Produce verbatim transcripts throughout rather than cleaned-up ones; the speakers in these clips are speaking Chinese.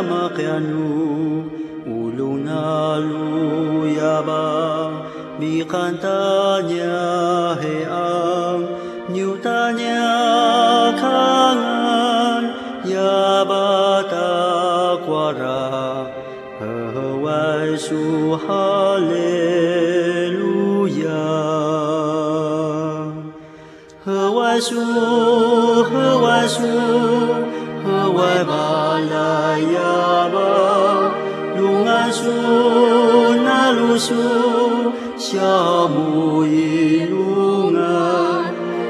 makyanu ulunalu yaba mikantanya heang nyutanya kangan yabata kwara hawai su haleluya hawai su hawai su hawai balaya ba lungan su nalu su xiao mu yi lungan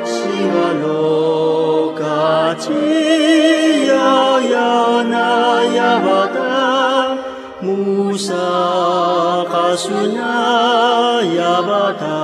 singaloka chi yao yao na yabata musa kasuna yabata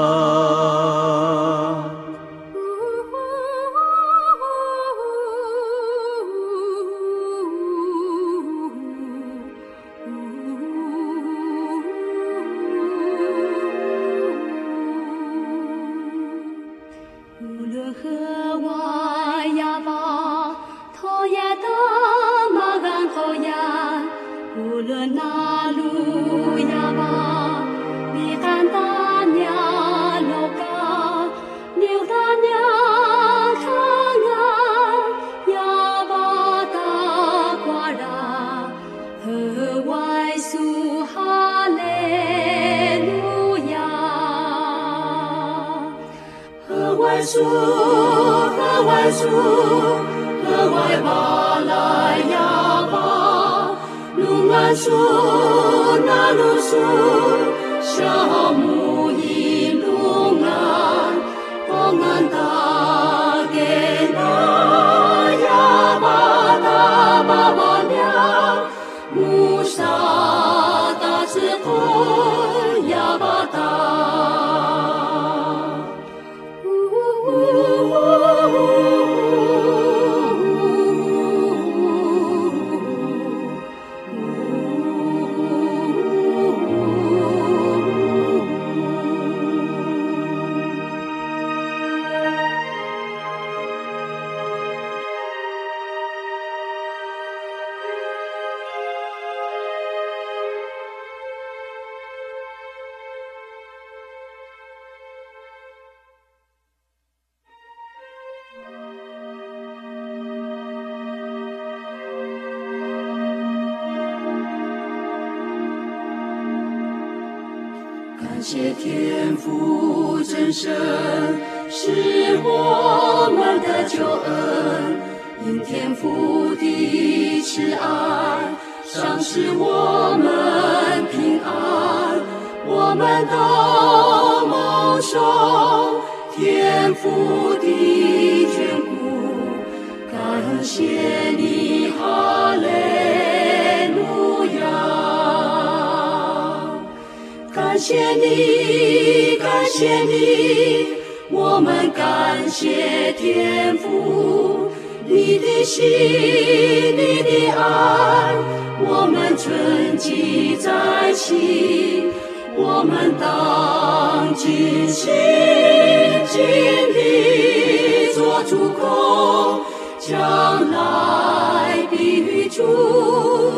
su hawai su hawai balaya ba lungan su nalu su xiao mu yi lungan pongan ta ge na ya ba ta ba ba nya musa ta zi ko ya ba ta感谢天父真神，是我们的救恩，因天父的慈爱，赏赐我们平安，我们都蒙受天父的眷顾，感谢你，哈利路亚。感谢你，感谢你，我们感谢天父，你的心，你的爱，我们存记在心，我们当尽心尽力做主公，将来必与主